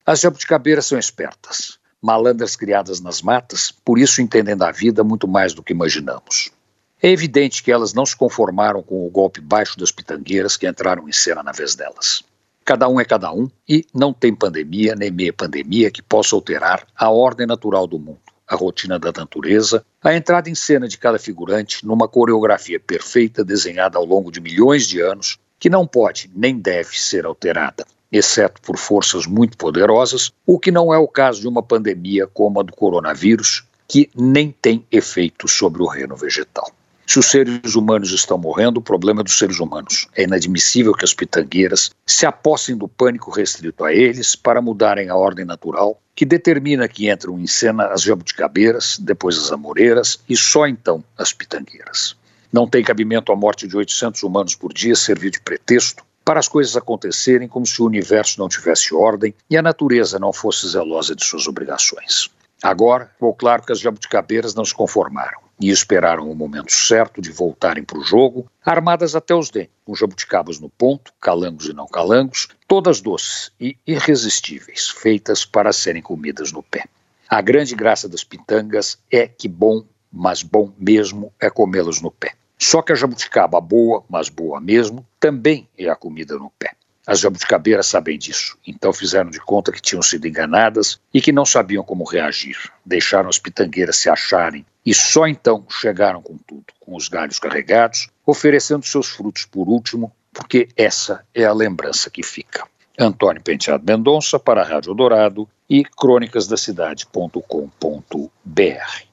As jabuticabeiras são espertas, malandras criadas nas matas, por isso entendem da vida muito mais do que imaginamos. É evidente que elas não se conformaram com o golpe baixo das pitangueiras que entraram em cena na vez delas. Cada um é cada um e não tem pandemia nem meia pandemia que possa alterar a ordem natural do mundo, a rotina da natureza, a entrada em cena de cada figurante numa coreografia perfeita desenhada ao longo de milhões de anos que não pode nem deve ser alterada, exceto por forças muito poderosas, o que não é o caso de uma pandemia como a do coronavírus, que nem tem efeito sobre o reino vegetal. Se os seres humanos estão morrendo, o problema é dos seres humanos. É inadmissível que as pitangueiras se apossem do pânico restrito a eles para mudarem a ordem natural, que determina que entram em cena as jabuticabeiras, depois as amoreiras e só então as pitangueiras. Não tem cabimento a morte de 800 humanos por dia servir de pretexto para as coisas acontecerem como se o universo não tivesse ordem e a natureza não fosse zelosa de suas obrigações. Agora, ficou claro que as jabuticabeiras não se conformaram e esperaram o momento certo de voltarem para o jogo, armadas até os dentes, com jabuticabas no ponto, calangos e não calangos, todas doces e irresistíveis, feitas para serem comidas no pé. A grande graça das pitangas é que bom, mas bom mesmo, é comê-las no pé. Só que a jabuticaba boa, mas boa mesmo, também é a comida no pé. As jabuticabeiras sabem disso, então fizeram de conta que tinham sido enganadas e que não sabiam como reagir. Deixaram as pitangueiras se acharem e só então chegaram com tudo, com os galhos carregados, oferecendo seus frutos por último, porque essa é a lembrança que fica. Antônio Penteado Mendonça para a Rádio Eldorado e crônicasdacidade.com.br.